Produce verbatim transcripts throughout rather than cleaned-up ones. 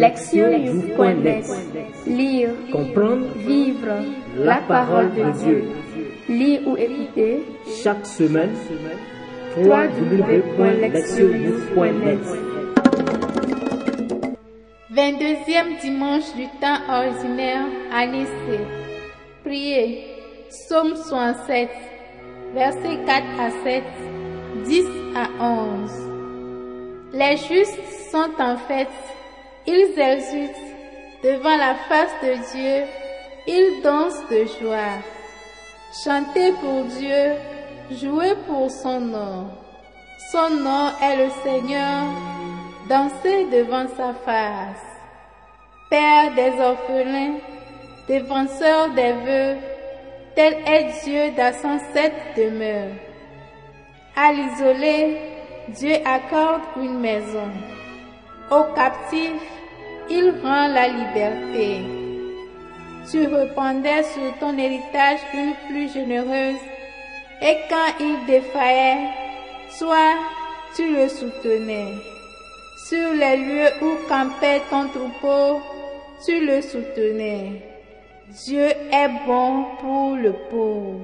lectionnews point net. Lire, comprendre, vivre la parole de Dieu. Lire ou écouter chaque semaine. w w w point lectionnews point net. vingt-deuxième dimanche du temps ordinaire, année C. Priez. Psaume soixante-sept, versets quatre à sept, dix à onze. Les justes sont en fête, ils exultent devant la face de Dieu, ils dansent de joie. Chantez pour Dieu, jouez pour son nom. Son nom est le Seigneur, dansez devant sa face. Père des orphelins, défenseur des veuves, tel est Dieu dans son sept demeures. À l'isolé, Dieu accorde une maison. Aux captifs, il rend la liberté. Tu répandais sur ton héritage une pluie généreuse, et quand il défaillait, toi, tu le soutenais. Sur les lieux où campait ton troupeau, tu le soutenais. Dieu est bon pour le pauvre.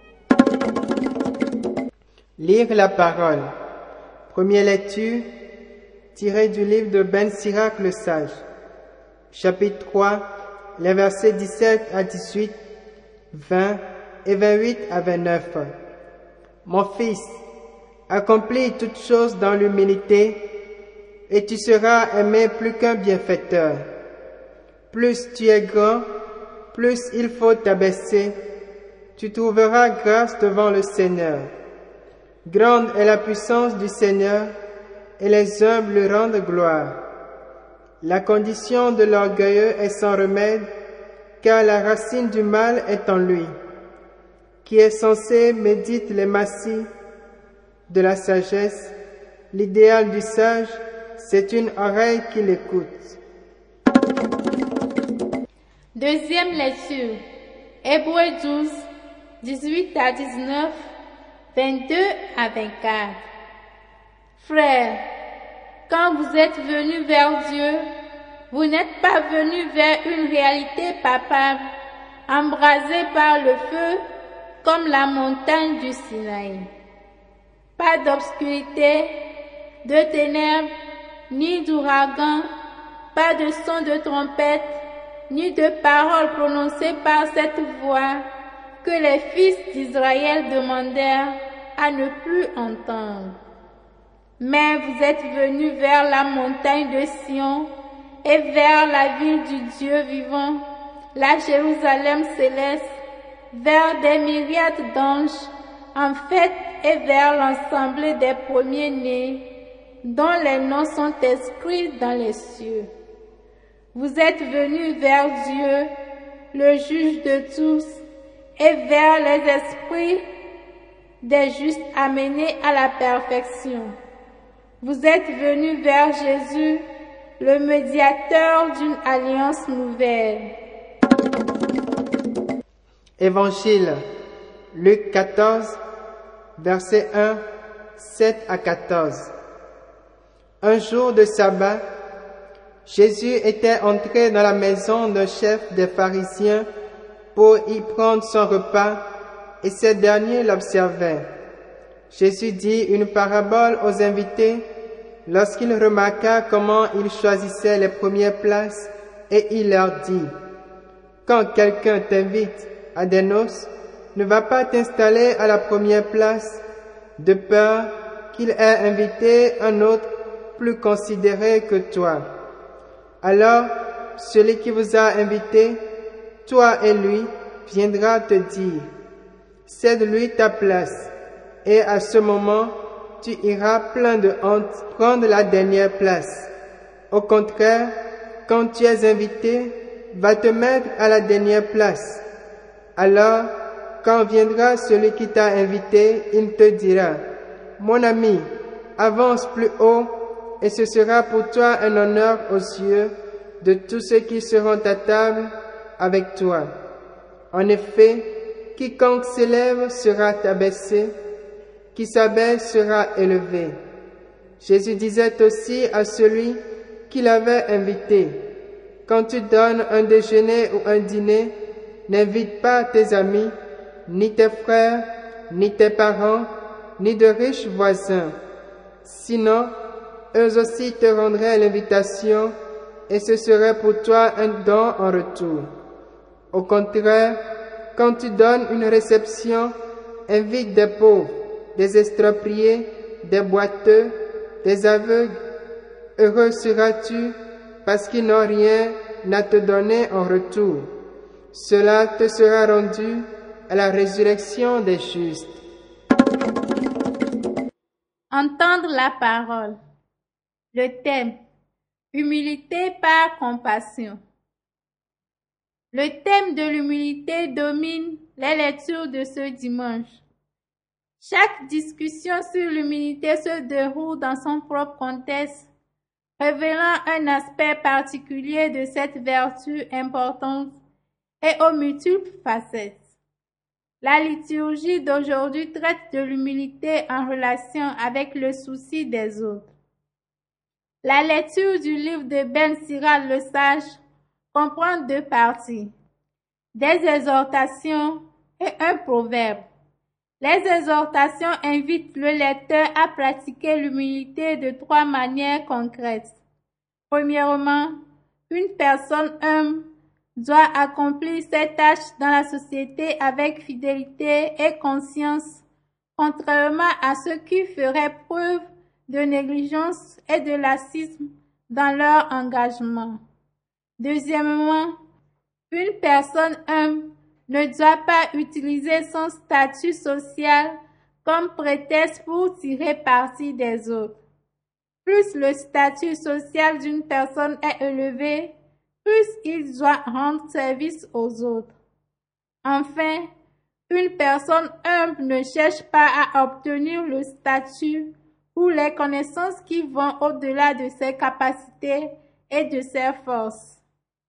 Lire la parole. Première lecture, tirée du livre de Ben Sirach le sage. Chapitre trois, les versets dix-sept à dix-huit, vingt et vingt-huit à vingt-neuf. Mon fils, accomplis toutes choses dans l'humilité, et tu seras aimé plus qu'un bienfaiteur. Plus tu es grand, plus il faut t'abaisser, tu trouveras grâce devant le Seigneur. Grande est la puissance du Seigneur, et les humbles lui rendent gloire. La condition de l'orgueilleux est sans remède, car la racine du mal est en lui. Qui est censé médite les massifs de la sagesse, l'idéal du sage, c'est une oreille qui l'écoute. Deuxième lecture, Hébreux douze, dix-huit à dix-neuf, vingt-deux à vingt-quatre. Frères, quand vous êtes venus vers Dieu, vous n'êtes pas venus vers une réalité palpable, embrasée par le feu, comme la montagne du Sinaï. Pas d'obscurité, de ténèbres, ni d'ouragan, pas de son de trompette, ni de paroles prononcées par cette voix que les fils d'Israël demandèrent à ne plus entendre. Mais vous êtes venus vers la montagne de Sion et vers la ville du Dieu vivant, la Jérusalem céleste, vers des myriades d'anges, en fête et vers l'ensemble des premiers-nés, dont les noms sont inscrits dans les cieux. Vous êtes venus vers Dieu, le juge de tous, et vers les esprits des justes amenés à la perfection. Vous êtes venus vers Jésus, le médiateur d'une alliance nouvelle. Évangile, Luc quatorze, versets un, sept à quatorze. Un jour de sabbat, Jésus était entré dans la maison d'un chef des pharisiens pour y prendre son repas, et ces derniers l'observaient. Jésus dit une parabole aux invités lorsqu'il remarqua comment ils choisissaient les premières places, et il leur dit: quand quelqu'un t'invite à des noces, ne va pas t'installer à la première place, de peur qu'il ait invité un autre plus considéré que toi. Alors, celui qui vous a invité, toi et lui, viendra te dire: cède-lui ta place, et à ce moment, tu iras plein de honte prendre la dernière place. Au contraire, quand tu es invité, va te mettre à la dernière place. Alors, quand viendra celui qui t'a invité, il te dira: mon ami, avance plus haut, et ce sera pour toi un honneur aux yeux de tous ceux qui seront à table avec toi. En effet, quiconque s'élève sera abaissé, qui s'abaisse sera élevé. Jésus disait aussi à celui qui l'avaient invité. Quand tu donnes un déjeuner ou un dîner, n'invite pas tes amis, ni tes frères, ni tes parents, ni de riches voisins. Sinon, eux aussi te rendraient l'invitation et ce serait pour toi un don en retour. Au contraire, quand tu donnes une réception, invite des pauvres, des extrapriés, des boiteux, des aveugles. Heureux seras-tu parce qu'ils n'ont rien à te donner en retour. Cela te sera rendu à la résurrection des justes. Entendre la parole. Le thème: humilité par compassion. Le thème de l'humilité domine les lectures de ce dimanche. Chaque discussion sur l'humilité se déroule dans son propre contexte, révélant un aspect particulier de cette vertu importante et aux multiples facettes. La liturgie d'aujourd'hui traite de l'humilité en relation avec le souci des autres. La lecture du livre de Ben Sira le Sage comprend deux parties, des exhortations et un proverbe. Les exhortations invitent le lecteur à pratiquer l'humilité de trois manières concrètes. Premièrement, une personne humble doit accomplir ses tâches dans la société avec fidélité et conscience, contrairement à ceux qui feraient preuve de négligence et de laxisme dans leur engagement. Deuxièmement, une personne humble ne doit pas utiliser son statut social comme prétexte pour tirer parti des autres. Plus le statut social d'une personne est élevé, plus il doit rendre service aux autres. Enfin, une personne humble ne cherche pas à obtenir le statut ou les connaissances qui vont au-delà de ses capacités et de ses forces.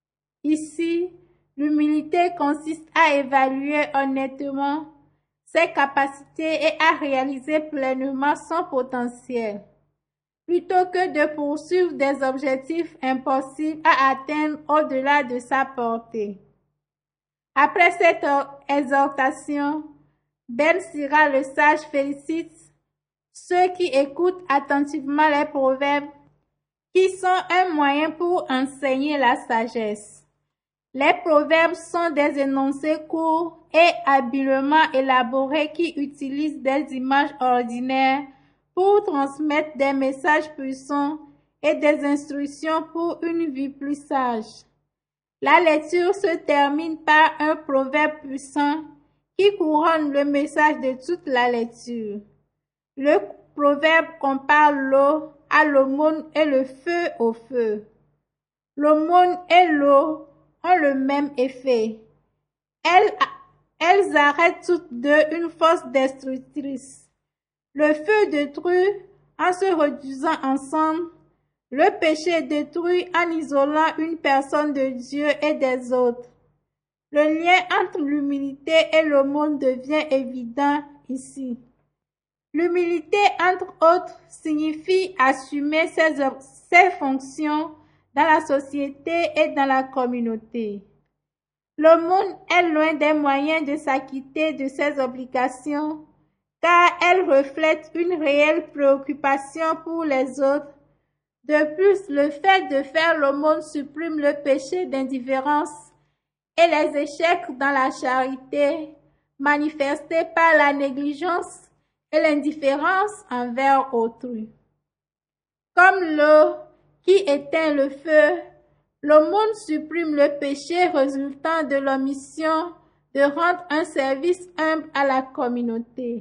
Ici, l'humilité consiste à évaluer honnêtement ses capacités et à réaliser pleinement son potentiel, plutôt que de poursuivre des objectifs impossibles à atteindre au-delà de sa portée. Après cette exhortation, Ben Sira le Sage félicite ceux qui écoutent attentivement les proverbes, qui sont un moyen pour enseigner la sagesse. Les proverbes sont des énoncés courts et habilement élaborés qui utilisent des images ordinaires pour transmettre des messages puissants et des instructions pour une vie plus sage. La lecture se termine par un proverbe puissant qui couronne le message de toute la lecture. Le proverbe compare l'eau à l'aumône et le feu au feu. L'aumône et l'eau ont le même effet. Elles, elles arrêtent toutes deux une force destructrice. Le feu détruit en se réduisant ensemble. Le péché détruit en isolant une personne de Dieu et des autres. Le lien entre l'humilité et l'aumône devient évident ici. L'humilité, entre autres, signifie assumer ses, ses fonctions dans la société et dans la communauté. L'aumône est loin des moyens de s'acquitter de ses obligations, car elle reflète une réelle préoccupation pour les autres. De plus, le fait de faire l'aumône supprime le péché d'indifférence et les échecs dans la charité manifestés par la négligence et l'indifférence envers autrui. Comme l'eau qui éteint le feu, l'aumône supprime le péché résultant de l'omission de rendre un service humble à la communauté.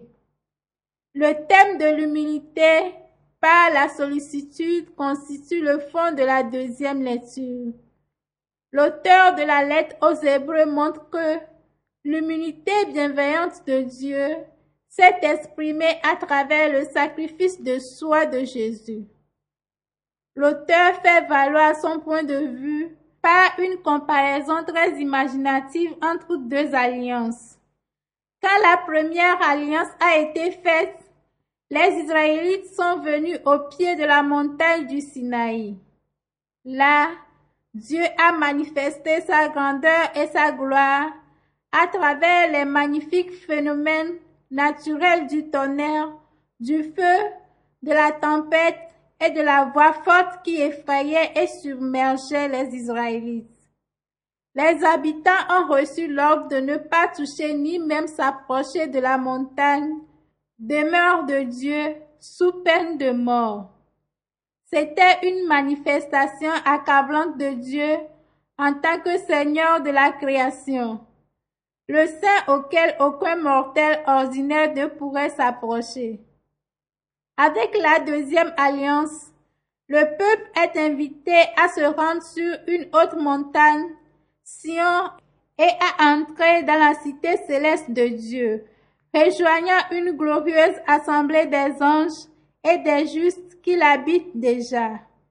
Le thème de l'humilité par la sollicitude constitue le fond de la deuxième lecture. L'auteur de la lettre aux Hébreux montre que l'humilité bienveillante de Dieu s'est exprimée à travers le sacrifice de soi de Jésus. L'auteur fait valoir son point de vue par une comparaison très imaginative entre deux alliances. Quand la première alliance a été faite, les Israélites sont venus au pied de la montagne du Sinaï. Là, Dieu a manifesté sa grandeur et sa gloire à travers les magnifiques phénomènes naturels du tonnerre, du feu, de la tempête et de la voix forte qui effrayait et submergeait les Israélites. Les habitants ont reçu l'ordre de ne pas toucher ni même s'approcher de la montagne, demeure de Dieu, sous peine de mort. C'était une manifestation accablante de Dieu en tant que Seigneur de la création, le sein auquel aucun mortel ordinaire ne pourrait s'approcher. Avec la deuxième alliance, le peuple est invité à se rendre sur une haute montagne, Sion, et à entrer dans la cité céleste de Dieu, rejoignant une glorieuse assemblée des anges et des justes qui l'habitent déjà.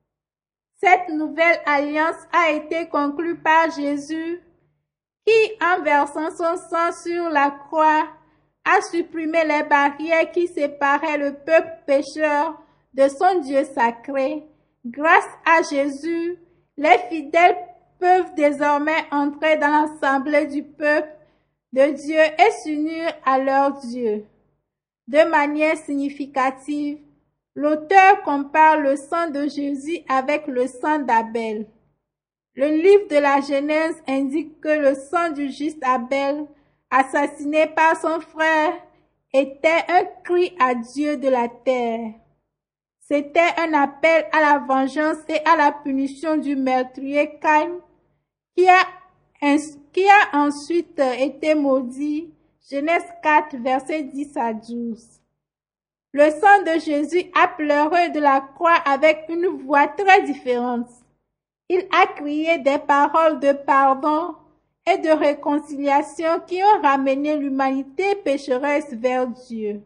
Cette nouvelle alliance a été conclue par Jésus, qui, en versant son sang sur la croix, a supprimé les barrières qui séparaient le peuple pécheur de son Dieu sacré. Grâce à Jésus, les fidèles peuvent désormais entrer dans l'assemblée du peuple de Dieu et s'unir à leur Dieu. De manière significative, l'auteur compare le sang de Jésus avec le sang d'Abel. Le livre de la Genèse indique que le sang du juste Abel, assassiné par son frère, était un cri à Dieu de la terre. C'était un appel à la vengeance et à la punition du meurtrier Caïn, qui a, qui a ensuite été maudit. Genèse quatre, versets dix à douze. Le sang de Jésus a pleuré de la croix avec une voix très différente. Il a crié des paroles de pardon et de réconciliation qui ont ramené l'humanité pécheresse vers Dieu.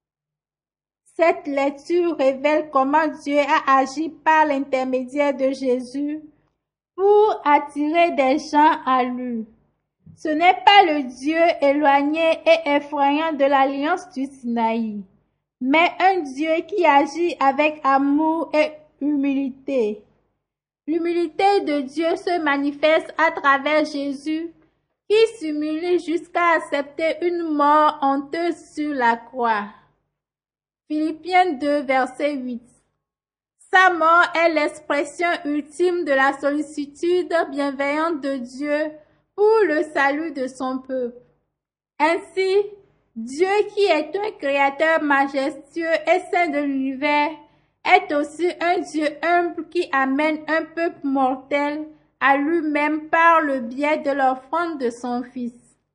Cette lecture révèle comment Dieu a agi par l'intermédiaire de Jésus pour attirer des gens à lui. Ce n'est pas le Dieu éloigné et effrayant de l'alliance du Sinaï, mais un Dieu qui agit avec amour et humilité. L'humilité de Dieu se manifeste à travers Jésus, qui s'humilie jusqu'à accepter une mort honteuse sur la croix. Philippiens deux, verset huit. Sa mort est l'expression ultime de la sollicitude bienveillante de Dieu pour le salut de son peuple. Ainsi, Dieu qui est un créateur majestueux et saint de l'univers est aussi un Dieu humble qui amène un peuple mortel à lui-même par le biais de l'offrande de son Fils.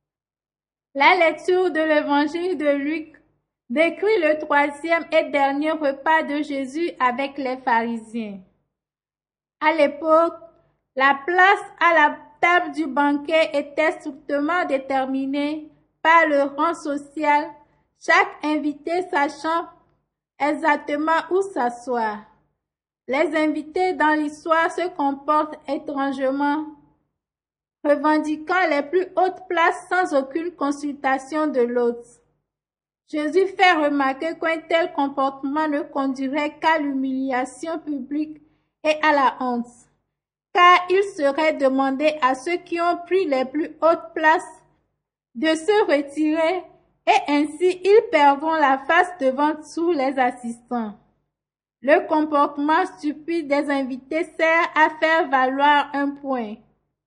La lecture de l'évangile de Luc décrit le troisième et dernier repas de Jésus avec les pharisiens. À l'époque, la place à la table du banquet était strictement déterminée par le rang social, chaque invité sachant exactement où s'asseoir. Les invités dans l'histoire se comportent étrangement, revendiquant les plus hautes places sans aucune consultation de l'autre. Jésus fait remarquer qu'un tel comportement ne conduirait qu'à l'humiliation publique et à la honte, car il serait demandé à ceux qui ont pris les plus hautes places de se retirer et ainsi ils perdront la face devant tous les assistants. Le comportement stupide des invités sert à faire valoir un point.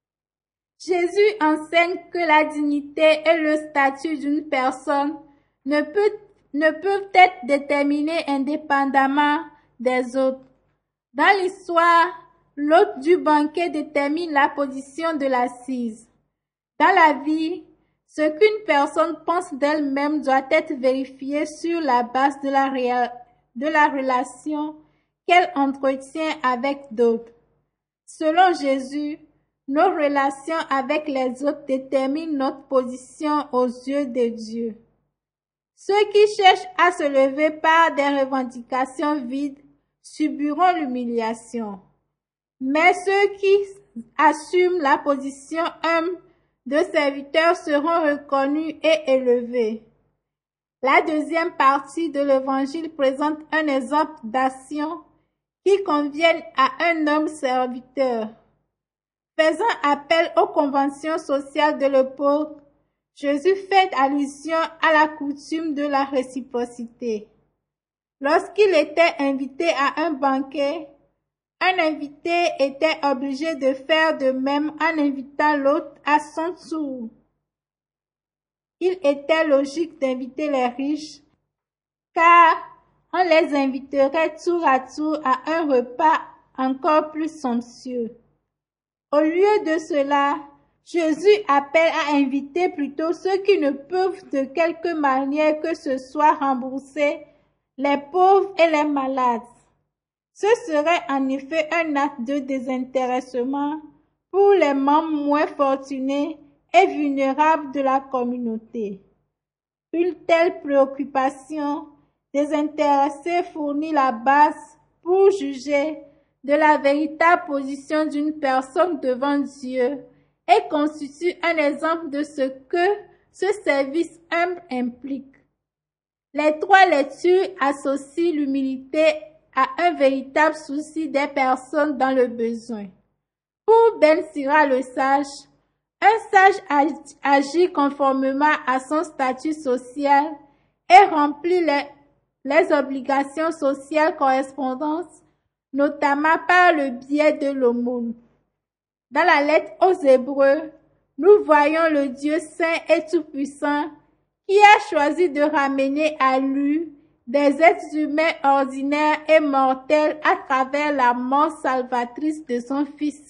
Jésus enseigne que la dignité et le statut d'une personne ne, peut, ne peuvent être déterminés indépendamment des autres. Dans l'histoire, l'hôte du banquet détermine la position de l'assise. Dans la vie, ce qu'une personne pense d'elle-même doit être vérifié sur la base de la, réa- de la relation qu'elle entretient avec d'autres. Selon Jésus, nos relations avec les autres déterminent notre position aux yeux de Dieu. Ceux qui cherchent à se lever par des revendications vides subiront l'humiliation. Mais ceux qui assument la position humble de serviteurs seront reconnus et élevés. La deuxième partie de l'Évangile présente un exemple d'action qui conviennent à un homme serviteur. Faisant appel aux conventions sociales de l'époque, Jésus fait allusion à la coutume de la réciprocité. Lorsqu'il était invité à un banquet, un invité était obligé de faire de même en invitant l'autre à son tour. Il était logique d'inviter les riches, car on les inviterait tour à tour à un repas encore plus somptueux. Au lieu de cela, Jésus appelle à inviter plutôt ceux qui ne peuvent de quelque manière que ce soit rembourser, les pauvres et les malades. Ce serait en effet un acte de désintéressement pour les membres moins fortunés et vulnérables de la communauté. Une telle préoccupation désintéressée fournit la base pour juger de la véritable position d'une personne devant Dieu et constitue un exemple de ce que ce service humble implique. Les trois lectures associent l'humilité à un véritable souci des personnes dans le besoin. Pour Ben Sira le sage, un sage agit conformément à son statut social et remplit les, les obligations sociales correspondantes, notamment par le biais de l'aumône. Dans la lettre aux Hébreux, nous voyons le Dieu saint et tout-puissant qui a choisi de ramener à lui des êtres humains ordinaires et mortels à travers la mort salvatrice de son Fils.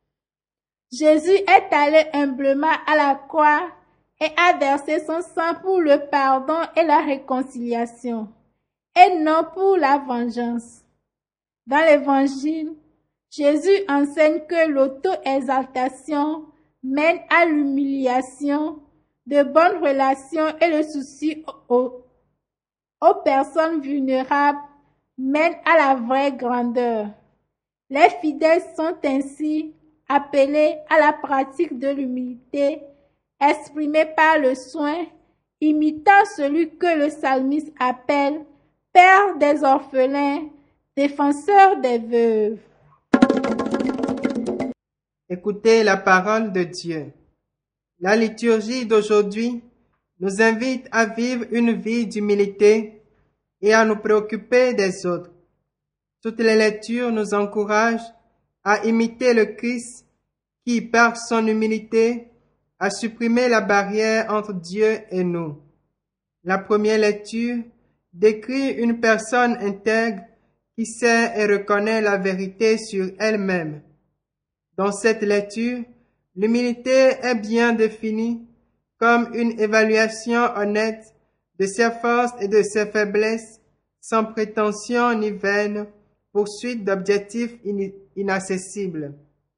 Jésus est allé humblement à la croix et a versé son sang pour le pardon et la réconciliation, et non pour la vengeance. Dans l'Évangile, Jésus enseigne que l'auto-exaltation mène à l'humiliation, de bonnes relations et le souci aux, aux personnes vulnérables mènent à la vraie grandeur. Les fidèles sont ainsi appelés à la pratique de l'humilité exprimée par le soin, imitant celui que le psalmiste appelle Père des orphelins, défenseur des veuves. Écoutez la parole de Dieu. La liturgie d'aujourd'hui nous invite à vivre une vie d'humilité et à nous préoccuper des autres. Toutes les lectures nous encouragent à imiter le Christ qui, par son humilité, a supprimé la barrière entre Dieu et nous. La première lecture décrit une personne intègre qui sait et reconnaît la vérité sur elle-même. Dans cette lecture, l'humilité est bien définie comme une évaluation honnête de ses forces et de ses faiblesses, sans prétention ni vaine poursuite d'objectifs in- inaccessibles.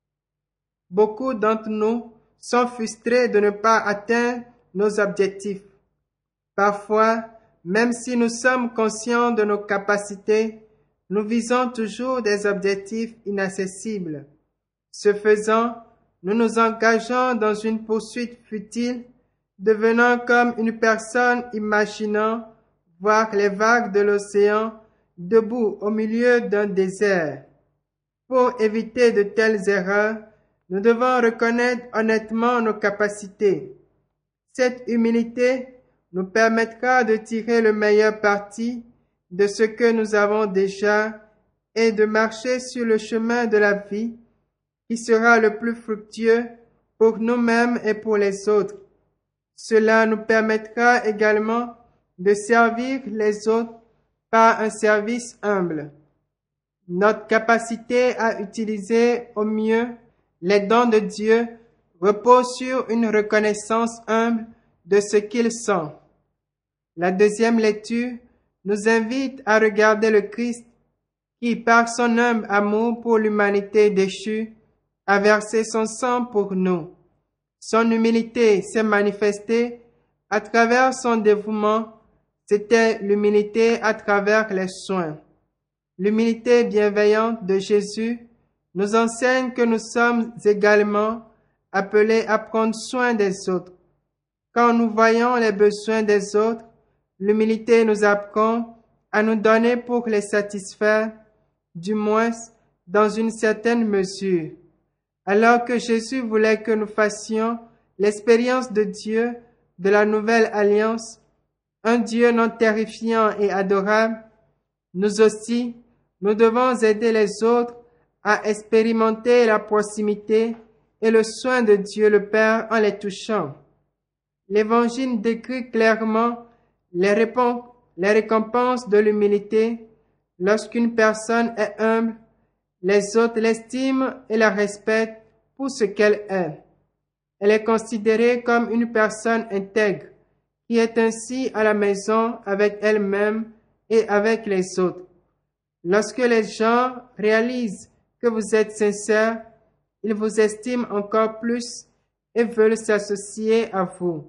Beaucoup d'entre nous sont frustrés de ne pas atteindre nos objectifs. Parfois, même si nous sommes conscients de nos capacités, nous visons toujours des objectifs inaccessibles. Ce faisant, nous nous engageons dans une poursuite futile, devenant comme une personne imaginant voir les vagues de l'océan debout au milieu d'un désert. Pour éviter de telles erreurs, nous devons reconnaître honnêtement nos capacités. Cette humilité nous permettra de tirer le meilleur parti de ce que nous avons déjà et de marcher sur le chemin de la vie qui sera le plus fructueux pour nous-mêmes et pour les autres. Cela nous permettra également de servir les autres par un service humble. Notre capacité à utiliser au mieux les dons de Dieu repose sur une reconnaissance humble de ce qu'ils sont. La deuxième lecture nous invite à regarder le Christ qui, par son humble amour pour l'humanité déchue, a versé son sang pour nous. Son humilité s'est manifestée à travers son dévouement, c'était l'humilité à travers les soins. L'humilité bienveillante de Jésus nous enseigne que nous sommes également appelés à prendre soin des autres. Quand nous voyons les besoins des autres, l'humilité nous apprend à nous donner pour les satisfaire, du moins dans une certaine mesure. Alors que Jésus voulait que nous fassions l'expérience de Dieu, de la nouvelle alliance, un Dieu non terrifiant et adorable, nous aussi, nous devons aider les autres à expérimenter la proximité et le soin de Dieu le Père en les touchant. L'Évangile décrit clairement les, répons- les récompenses de l'humilité. Lorsqu'une personne est humble, les autres l'estiment et la respectent pour ce qu'elle est. Elle est considérée comme une personne intègre, qui est ainsi à la maison avec elle-même et avec les autres. Lorsque les gens réalisent que vous êtes sincère, ils vous estiment encore plus et veulent s'associer à vous.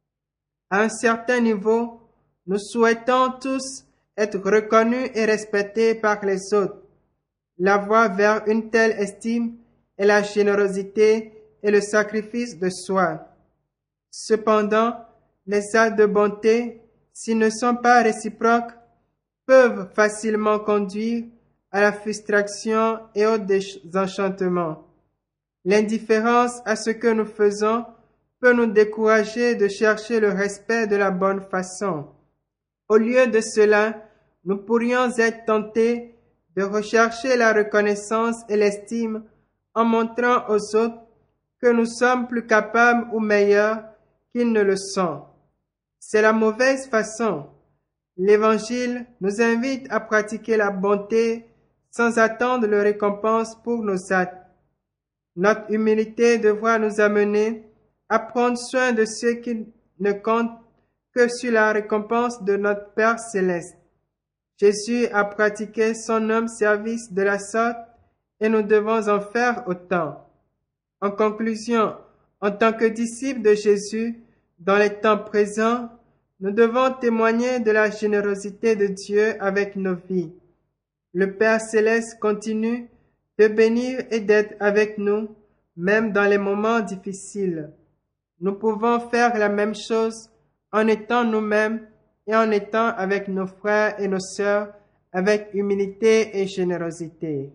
À un certain niveau, nous souhaitons tous être reconnus et respectés par les autres. La voie vers une telle estime est la générosité et le sacrifice de soi. Cependant, les actes de bonté, s'ils ne sont pas réciproques, peuvent facilement conduire à la frustration et au désenchantement. L'indifférence à ce que nous faisons peut nous décourager de chercher le respect de la bonne façon. Au lieu de cela, nous pourrions être tentés de rechercher la reconnaissance et l'estime en montrant aux autres que nous sommes plus capables ou meilleurs qu'ils ne le sont. C'est la mauvaise façon. L'Évangile nous invite à pratiquer la bonté sans attendre de récompense pour nos actes. Notre humilité devra nous amener à prendre soin de ceux qui ne comptent que sur la récompense de notre Père céleste. Jésus a pratiqué son humble service de la sorte et nous devons en faire autant. En conclusion, en tant que disciples de Jésus, dans les temps présents, nous devons témoigner de la générosité de Dieu avec nos vies. Le Père céleste continue de bénir et d'être avec nous, même dans les moments difficiles. Nous pouvons faire la même chose en étant nous-mêmes et en étant avec nos frères et nos sœurs avec humilité et générosité.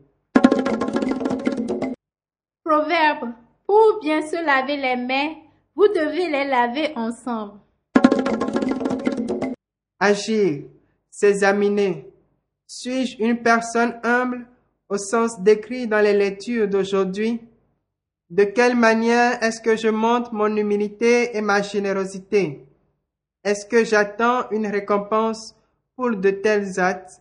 Proverbe. Pour bien se laver les mains, vous devez les laver ensemble. Agir, s'examiner. Suis-je une personne humble au sens décrit dans les lectures d'aujourd'hui? De quelle manière est-ce que je montre mon humilité et ma générosité? Est-ce que j'attends une récompense pour de tels actes?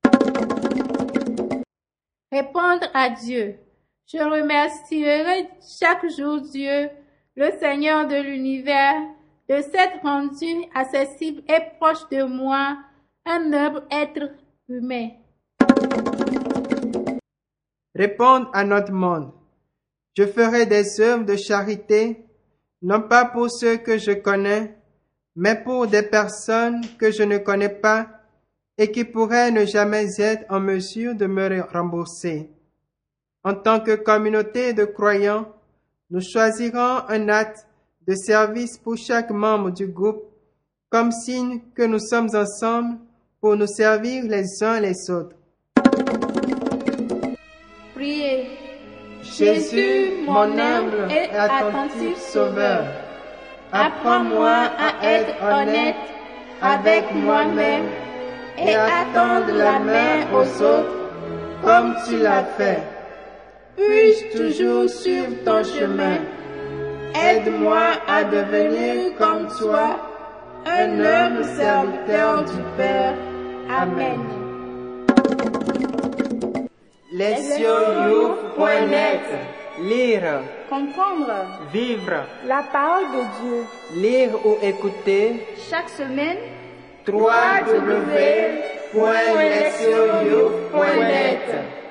Répondre à Dieu. Je remercierai chaque jour Dieu, le Seigneur de l'univers, de s'être rendu accessible et proche de moi, un humble être humain. Répondre à notre monde. Je ferai des œuvres de charité, non pas pour ceux que je connais, mais pour des personnes que je ne connais pas et qui pourraient ne jamais être en mesure de me rembourser. En tant que communauté de croyants, nous choisirons un acte de service pour chaque membre du groupe comme signe que nous sommes ensemble pour nous servir les uns les autres. Priez. Jésus, mon humble et attentif Sauveur, apprends-moi à être honnête avec moi-même et à tendre la main aux autres comme tu l'as fait. Puis-je toujours suivre ton chemin? Aide-moi à devenir comme toi, un humble serviteur du Père. Amen. Lesioyou point net. Lire, Comprendre vivre, la parole de Dieu. lire ou écouter. Chaque semaine, w w w point lesioyou point net